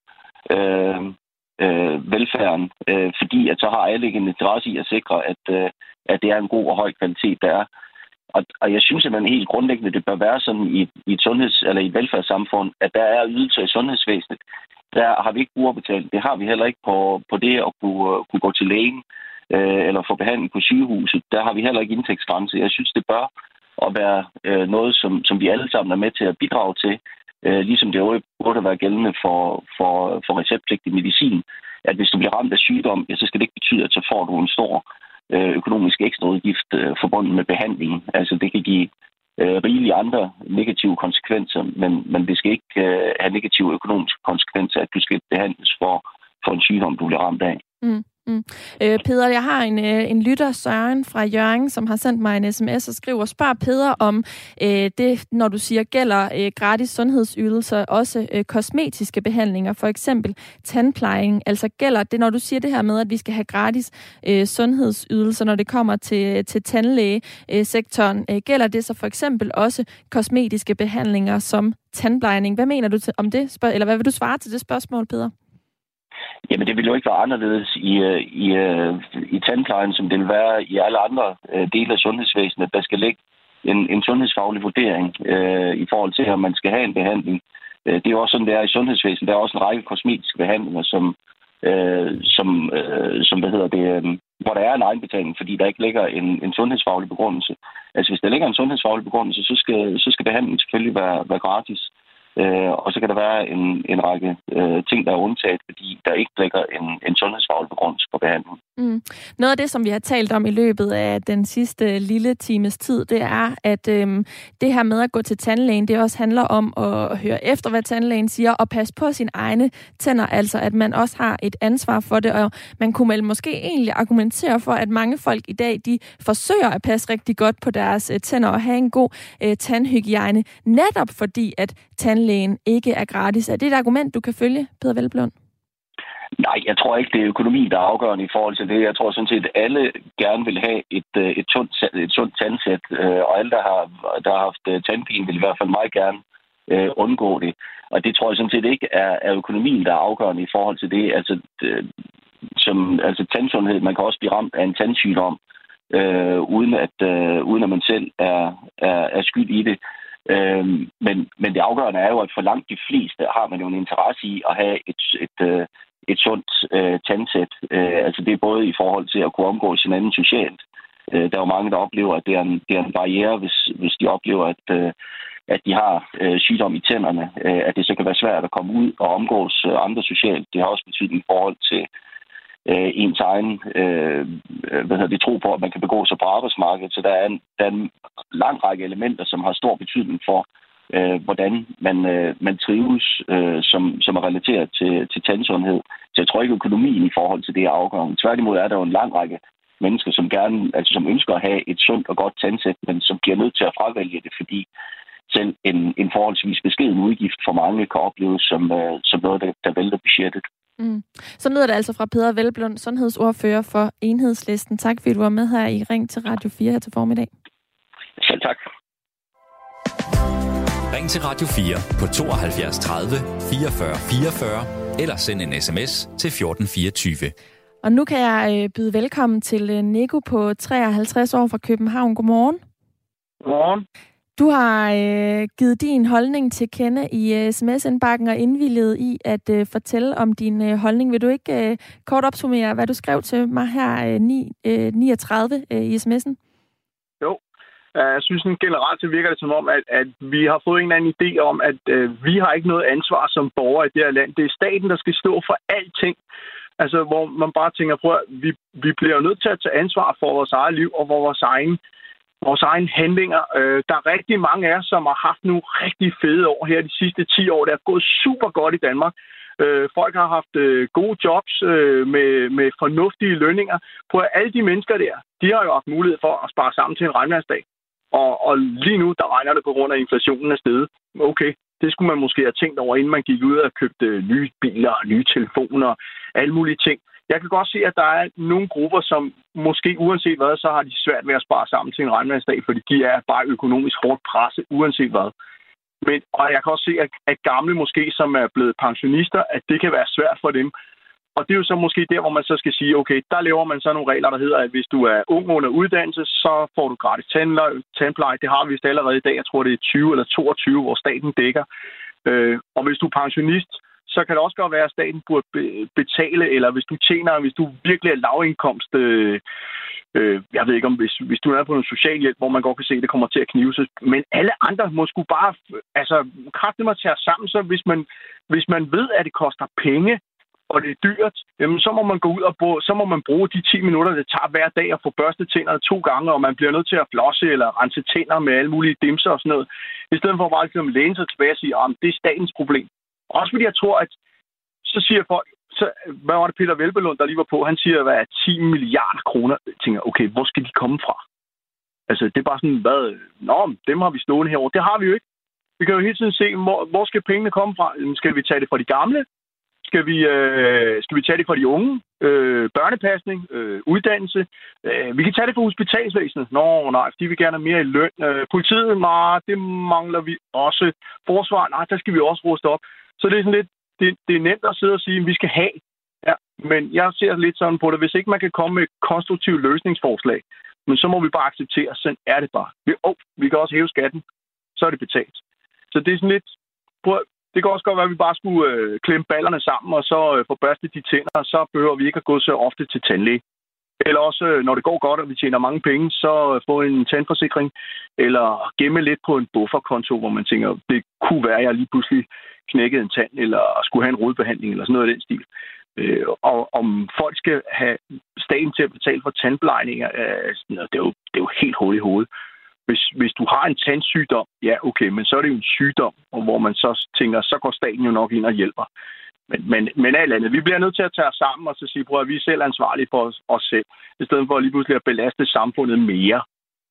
velfærden, fordi at så har alle ikke en interesse i at sikre, at det er en god og høj kvalitet, der er. Og jeg synes simpelthen helt grundlæggende, det bør være sådan i et sundheds- eller i et velfærdssamfund, at der er ydelser i sundhedsvæsenet. Der har vi ikke brugerbetaling. Det har vi heller ikke på det at kunne gå til lægen eller få behandling på sygehuset. Der har vi heller ikke indtægtsgrænse. Jeg synes, det bør at være noget, som vi alle sammen er med til at bidrage til, ligesom det jo burde være gældende for receptpligtig medicin, at hvis du bliver ramt af sygdom, ja, så skal det ikke betyde, at så får du en stor økonomisk ekstraudgift forbundet med behandlingen. Altså det kan give rigelige andre negative konsekvenser, men det skal ikke have negative økonomiske konsekvenser, at du skal behandles for en sygdom, du bliver ramt af. Mm. Peder, jeg har en lytter, Søren fra Hjørring, som har sendt mig en sms og skriver, spørg Peder om det, når du siger, gælder gratis sundhedsydelser også kosmetiske behandlinger, for eksempel tandplejning. Altså gælder det, når du siger det her med, at vi skal have gratis sundhedsydelser, når det kommer til tandlægesektoren, gælder det så for eksempel også kosmetiske behandlinger som tandplejning? Hvad mener du om det? Eller hvad vil du svare til det spørgsmål, Peder? Jamen, det vil jo ikke være anderledes i tandplejen, som det vil være i alle andre dele af sundhedsvæsenet. Der skal ligge en sundhedsfaglig vurdering i forhold til, om man skal have en behandling. Det er jo også sådan, det er i sundhedsvæsenet. Der er også en række kosmetiske behandlinger, hvor der er en egenbetaling, fordi der ikke ligger en sundhedsfaglig begrundelse. Altså, hvis der ligger en sundhedsfaglig begrundelse, så skal behandlingen selvfølgelig være gratis. Og så kan der være en række ting, der er undtaget, fordi der ikke ligger en sundhedsfaglig begrundelse for behandling. Mm. Noget af det, som vi har talt om i løbet af den sidste lille times tid, det er, at det her med at gå til tandlægen, det også handler om at høre efter, hvad tandlægen siger, og passe på sine egne tænder, altså at man også har et ansvar for det, og man kunne måske egentlig argumentere for, at mange folk i dag, de forsøger at passe rigtig godt på deres tænder og have en god tandhygiejne, netop fordi, at tandlægen ikke er gratis. Er det et argument, du kan følge, Peder Hvelplund? Nej, jeg tror ikke, det er økonomi, der er afgørende i forhold til det. Jeg tror sådan set, at alle gerne vil have et sundt tandsæt, og alle, der har haft tandpine, vil i hvert fald meget gerne undgå det. Og det tror jeg sådan set ikke er økonomien, der er afgørende i forhold til det. Altså tandsundhed, man kan også blive ramt af en tandsygdom, uden at man selv er skyld i det. Men det afgørende er jo, at for langt de fleste har man jo en interesse i at have et sundt tandsæt. Altså det er både i forhold til at kunne omgås hinanden socialt. Der er jo mange, der oplever, at det er en barriere, hvis de oplever, at de har sygdom i tænderne, at det så kan være svært at komme ud og omgås andre socialt. Det har også betydning i forhold til ens egen tro på, at man kan begå sig på arbejdsmarkedet. Så der er en lang række elementer, som har stor betydning for, hvordan man trives, som er relateret til tandsundhed. Så jeg tror ikke, økonomien i forhold til det er afgørende. Tværtimod er der jo en lang række mennesker, som ønsker at have et sundt og godt tandsæt, men som bliver nødt til at fravælge det, fordi selv en forholdsvis beskeden udgift for mange kan opleves som noget, der vælter budgettet. Så lyder det altså fra Peder Hvelplund, sundhedsordfører for Enhedslisten. Tak fordi du var med her i Ring til Radio 4 her til formiddag. Selv tak. Ring til Radio 4 på 72 30 44 44 eller send en sms til 1424. Og nu kan jeg byde velkommen til Nico på 53 år fra København. Godmorgen. Godmorgen. Du har givet din holdning til kende i sms-indbakken og indvilliget i at fortælle om din holdning. Vil du ikke kort opsummere, hvad du skrev til mig her 39 i sms'en? Jo. Jeg synes generelt virker det som om, at vi har fået en eller anden idé om, at vi har ikke noget ansvar som borgere i det her land. Det er staten, der skal stå for alting. Altså, hvor man bare tænker på, at vi bliver jo nødt til at tage ansvar for vores eget liv og for vores egen handlinger. Der er rigtig mange af os, som har haft nogle rigtig fede år her de sidste 10 år. Det er gået super godt i Danmark. Folk har haft gode jobs med fornuftige lønninger. På alle de mennesker der, de har jo haft mulighed for at spare sammen til en regnværsdag. Og lige nu, der regner det på grund af inflationen af stedet. Okay, det skulle man måske have tænkt over, inden man gik ud og købte nye biler og nye telefoner og alle mulige ting. Jeg kan godt se, at der er nogle grupper, som måske uanset hvad, så har de svært ved at spare sammen til en regnværsdag, fordi de er bare økonomisk hårdt presset, uanset hvad. Og jeg kan også se, at gamle måske, som er blevet pensionister, at det kan være svært for dem. Og det er jo så måske der, hvor man så skal sige, okay, der laver man så nogle regler, der hedder, at hvis du er ung under uddannelse, så får du gratis tandpleje. Det har vi vist allerede i dag. Jeg tror, det er 20 eller 22, hvor staten dækker. Og hvis du er pensionist, så kan det også godt være, at staten burde betale, eller hvis du virkelig er lavindkomst, jeg ved ikke om, hvis du er på noget socialhjælp, hvor man godt kan se, at det kommer til at knive sig. Men alle andre må sgu bare, kraftigt tage sammen, så hvis man ved, at det koster penge, og det er dyrt, jamen så må man gå ud og bruge de 10 minutter, det tager hver dag at få børstet tænderne 2 gange, og man bliver nødt til at flosse eller rense tænder med alle mulige dimser og sådan noget. I stedet for bare at læne sig tilbage og sige, at det er statens problem. Også fordi jeg tror, at så siger folk, hvad var det Peder Hvelplund, der lige var på? Han siger, hvad er 10 milliarder kroner? Jeg tænker, okay, hvor skal de komme fra? Altså, det er bare sådan, dem har vi stående herovre. Det har vi jo ikke. Vi kan jo hele tiden se, hvor skal pengene komme fra? Skal vi tage det fra de gamle? Skal vi tage det fra de unge? Børnepasning? Uddannelse? Vi kan tage det fra hospitalsvæsenet. Nej, de vil gerne have mere i løn. Politiet? Nej, det mangler vi også. Forsvar? Nej, der skal vi også ruste op. Så det er sådan lidt, det er nemt at sidde og sige, at vi skal have. Ja, men jeg ser lidt sådan på det. Hvis ikke man kan komme med et konstruktivt løsningsforslag, men så må vi bare acceptere, sådan er det bare. Vi kan også hæve skatten. Så er det betalt. Så det er sådan lidt... Det kan også godt være, at vi bare skulle klemme ballerne sammen, og så få børstet de tænder, og så behøver vi ikke at gå så ofte til tandlæge. Eller også, når det går godt, og vi tjener mange penge, så få en tandforsikring, eller gemme lidt på en bufferkonto, hvor man tænker, det kunne være, at jeg lige pludselig knækkede en tand, eller skulle have en rodbehandling, eller sådan noget af den stil. Og om folk skal have staten til at betale for tandplejninger, det er jo helt hul i hovedet. Hvis du har en tandsygdom, ja okay, men så er det jo en sygdom, og hvor man så tænker, så går staten jo nok ind og hjælper. Men alt andet, vi bliver nødt til at tage os sammen og så sige, at vi er selv ansvarlige for os selv, i stedet for lige pludselig at belaste samfundet mere.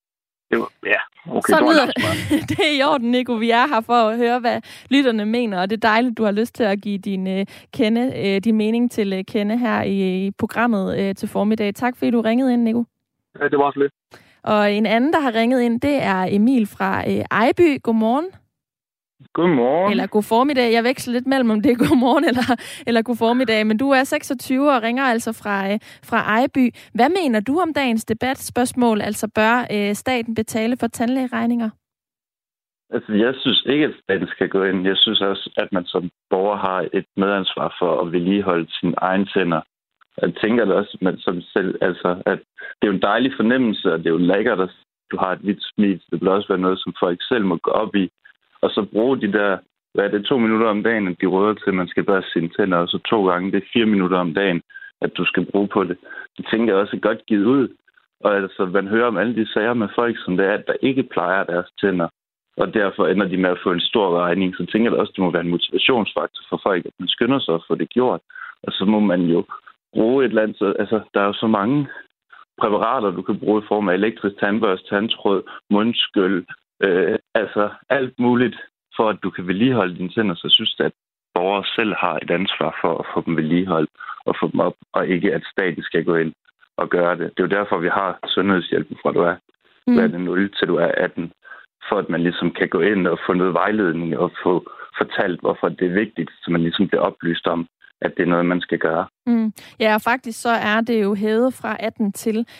Okay, så lyder det er i orden, Nico. Vi er her for at høre, hvad lytterne mener, og det er dejligt, du har lyst til at give din mening til kende her i programmet til formiddag. Tak fordi du ringede ind, Nico. Ja, det var også lidt. Og en anden, der har ringet ind, det er Emil fra Ejby. Godmorgen. Godmorgen. Eller god formiddag. Jeg veksler lidt mellem, om det er godmorgen eller god formiddag. Men du er 26 og ringer altså fra Ejby. Hvad mener du om dagens debatspørgsmål? Altså bør staten betale for tandlægeregninger? Altså, jeg synes ikke, at staten skal gå ind. Jeg synes også, at man som borger har et medansvar for at vedligeholde sine egne tænder. Jeg tænker det også, at man som selv, altså, at det er jo en dejlig fornemmelse, og det er jo lækkert, at du har et hvidt smil. Det vil også være noget, som folk selv må gå op i. Og så bruge de der, 2 minutter om dagen, at de råder til, at man skal børste sine tænder, og så 2 gange, det er 4 minutter om dagen, at du skal bruge på det. Det tænker jeg også er godt givet ud. Og altså, man hører om alle de sager med folk, som det er, der ikke plejer deres tænder, og derfor ender de med at få en stor regning. Så tænker jeg også, at det må være en motivationsfaktor for folk, at man skynder sig at få det gjort. Og så må man jo bruge et eller andet. Altså, der er jo så mange præparater, du kan bruge i form af elektrisk tandbørste, tandtråd, mundskyld, altså alt muligt, for at du kan vedligeholde dine tænder. Så jeg synes, at borgere selv har et ansvar for at få dem vedligeholdt og få dem op, og ikke at staten skal gå ind og gøre det. Det er jo derfor, vi har sundhedshjælpen fra du er 0 til du er 18, for at man ligesom kan gå ind og få noget vejledning og få fortalt, hvorfor det er vigtigt, så man ligesom bliver oplyst om, at det er noget, man skal gøre. Ja, og faktisk så er det jo hævet fra 18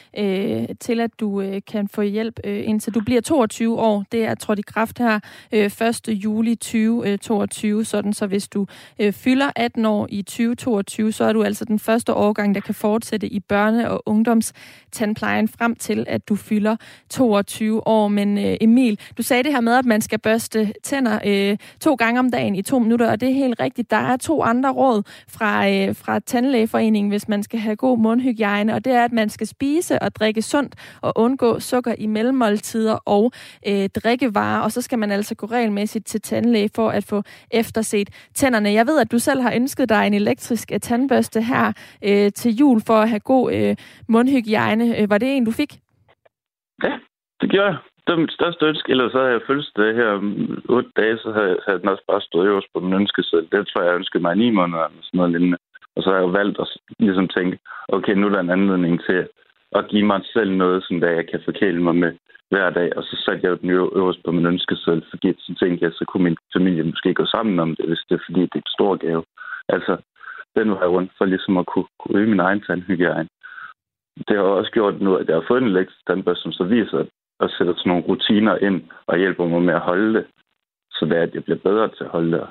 til at du kan få hjælp indtil du bliver 22 år. Det er trådt i kraft her 1. juli 2022, sådan så hvis du fylder 18 år i 2022, så er du altså den første årgang, der kan fortsætte i børne- og ungdomstandplejen frem til, at du fylder 22 år. Men Emil, du sagde det her med, at man skal børste tænder 2 gange om dagen i 2 minutter, og det er helt rigtigt. Der er 2 andre råd fra Tandlægeforeningen, hvis man skal have god mundhygiejne, og det er, at man skal spise og drikke sundt og undgå sukker i mellemmåltider og drikkevarer, og så skal man altså gå regelmæssigt til tandlæge for at få efterset tænderne. Jeg ved, at du selv har ønsket dig en elektrisk tandbørste her til jul for at have god mundhygiejne. Var det en, du fik? Ja, det gjorde jeg. Det var mit største ønske. Ellers så havde jeg fødselsdag her om 8 dage, så havde den også bare stået øverst på min ønskeseddel. Det tror jeg ønskede mig 9 måneder eller sådan noget lignende. Og så har jeg jo valgt at ligesom tænke, okay, nu er der en anledning til at give mig selv noget, som der jeg kan forkæle mig med hver dag. Og så satte jeg jo den øverst på min ønskeseddel, fordi så tænkte jeg, så kunne min familie måske gå sammen om det, hvis det er fordi, det er et stor gave. Altså, den var jeg rundt for ligesom at kunne øge min egen tandhygiejne. Det har også gjort nu, at jeg har fået en elektrisk tandbørste, som så viser, og sætter sådan nogle rutiner ind og hjælper mig med at holde det, så det er, at jeg bliver bedre til at holde det.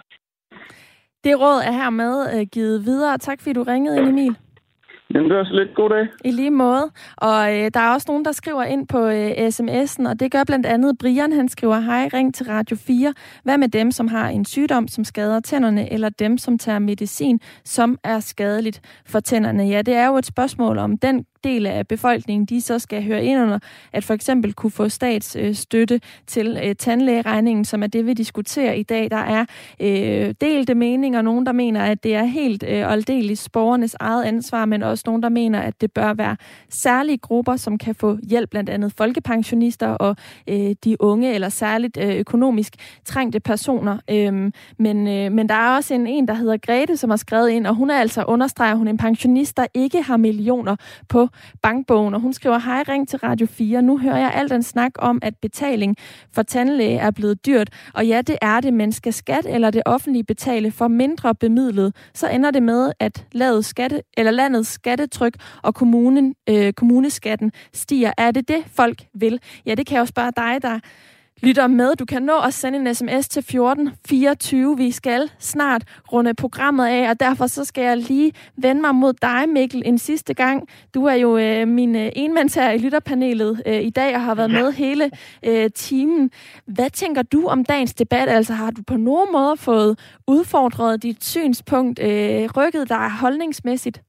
Det råd er hermed givet videre. Tak fordi du ringede ind, Emil. Jamen, det var så lidt. God dag. I lige måde. Og der er også nogen, der skriver ind på sms'en, og det gør blandt andet Brian. Han skriver, hej, ring til Radio 4. Hvad med dem, som har en sygdom, som skader tænderne, eller dem, som tager medicin, som er skadeligt for tænderne? Ja, det er jo et spørgsmål om den del af befolkningen, de så skal høre ind under, at for eksempel kunne få statsstøtte til tandlægeregningen, som er det, vi diskuterer i dag. Der er delte meninger, nogen, der mener, at det er helt og aldeles borgernes eget ansvar, men også nogen, der mener, at det bør være særlige grupper, som kan få hjælp, blandt andet folkepensionister og de unge eller særligt økonomisk trængte personer. Men der er også en, der hedder Grete, som har skrevet ind, og hun er altså understreger, hun er en pensionist, der ikke har millioner på bankbogen, og hun skriver, hej, ring til Radio 4. Nu hører jeg al den snak om, at betaling for tandlæge er blevet dyrt, og ja, det er det, men skal skat eller det offentlige betale for mindre bemidlet, så ender det med, at landets skattetryk og kommuneskatten stiger. Er det det, folk vil? Ja, det kan jeg jo spørge dig, der lytter med. Du kan nå at sende en sms til 1424. Vi skal snart runde programmet af, og derfor så skal jeg lige vende mig mod dig, Mikkel, en sidste gang. Du er jo min enmands her i lytterpanelet i dag og har været med hele timen. Hvad tænker du om dagens debat? Altså, har du på nogen måde fået udfordret dit synspunkt, rykket dig holdningsmæssigt?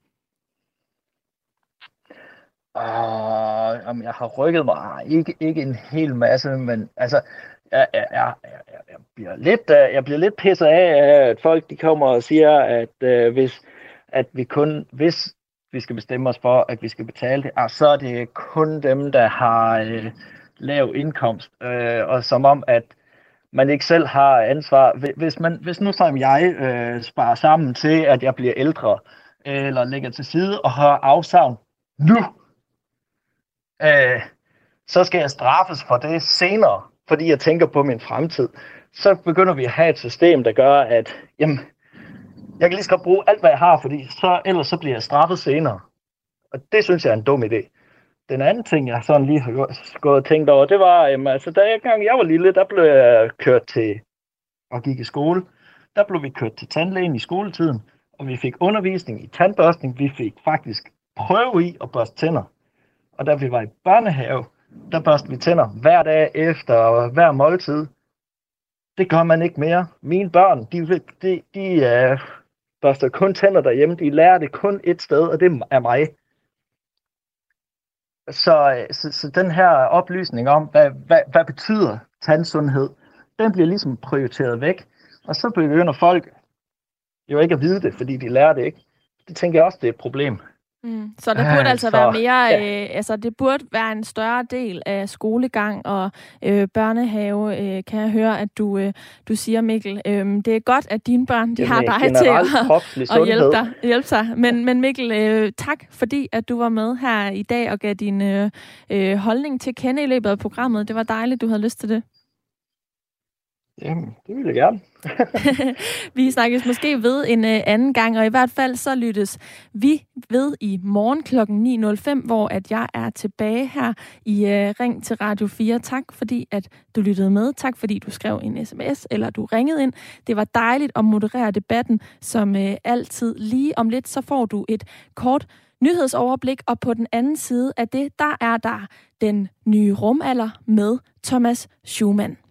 Jeg har rykket mig ikke en hel masse, men altså, jeg bliver lidt pisset af, at folk de kommer og siger, at hvis vi skal bestemme os for, at vi skal betale det, så er det kun dem, der har lav indkomst, og som om, at man ikke selv har ansvar. Hvis nu som jeg sparer sammen til, at jeg bliver ældre, eller lægger til side og har afsavn nu, så skal jeg straffes for det senere, fordi jeg tænker på min fremtid, så begynder vi at have et system, der gør, at jamen, jeg kan lige så godt bruge alt, hvad jeg har, fordi ellers så bliver jeg straffet senere. Og det synes jeg er en dum idé. Den anden ting, jeg sådan lige har gået og tænkt over, det var, altså da jeg var lille, der blev jeg kørt til og gik i skole. Der blev vi kørt til tandlægen i skoletiden, og vi fik undervisning i tandbørstning. Vi fik faktisk prøve i at børste tænder. Og da vi var i børnehave, der børste vi tænder hver dag efter hver måltid. Det gør man ikke mere. Mine børn, de børster kun tænder derhjemme. De lærer det kun et sted, og det er mig. Så den her oplysning om, hvad betyder tandsundhed, den bliver ligesom prioriteret væk. Og så begynder folk jo ikke at vide det, fordi de lærer det ikke. Det tænker jeg også, det er et problem. Så der burde være mere, det burde være en større del af skolegang og børnehave, kan jeg høre, at du siger, Mikkel. Det er godt, at dine børn, de har dig til at hjælpe sig. Men Mikkel, tak fordi, at du var med her i dag og gav din holdning til kende i løbet af programmet. Det var dejligt, du havde lyst til det. Jamen, det vil jeg gerne. Vi snakkes måske ved en anden gang, og i hvert fald så lyttes vi ved i morgen kl. 9.05, hvor at jeg er tilbage her i Ring til Radio 4. Tak fordi, at du lyttede med. Tak fordi, du skrev en sms, eller du ringede ind. Det var dejligt at moderere debatten, som altid. Lige om lidt, så får du et kort nyhedsoverblik, og på den anden side af det, der er der den nye rumalder med Thomas Schumann.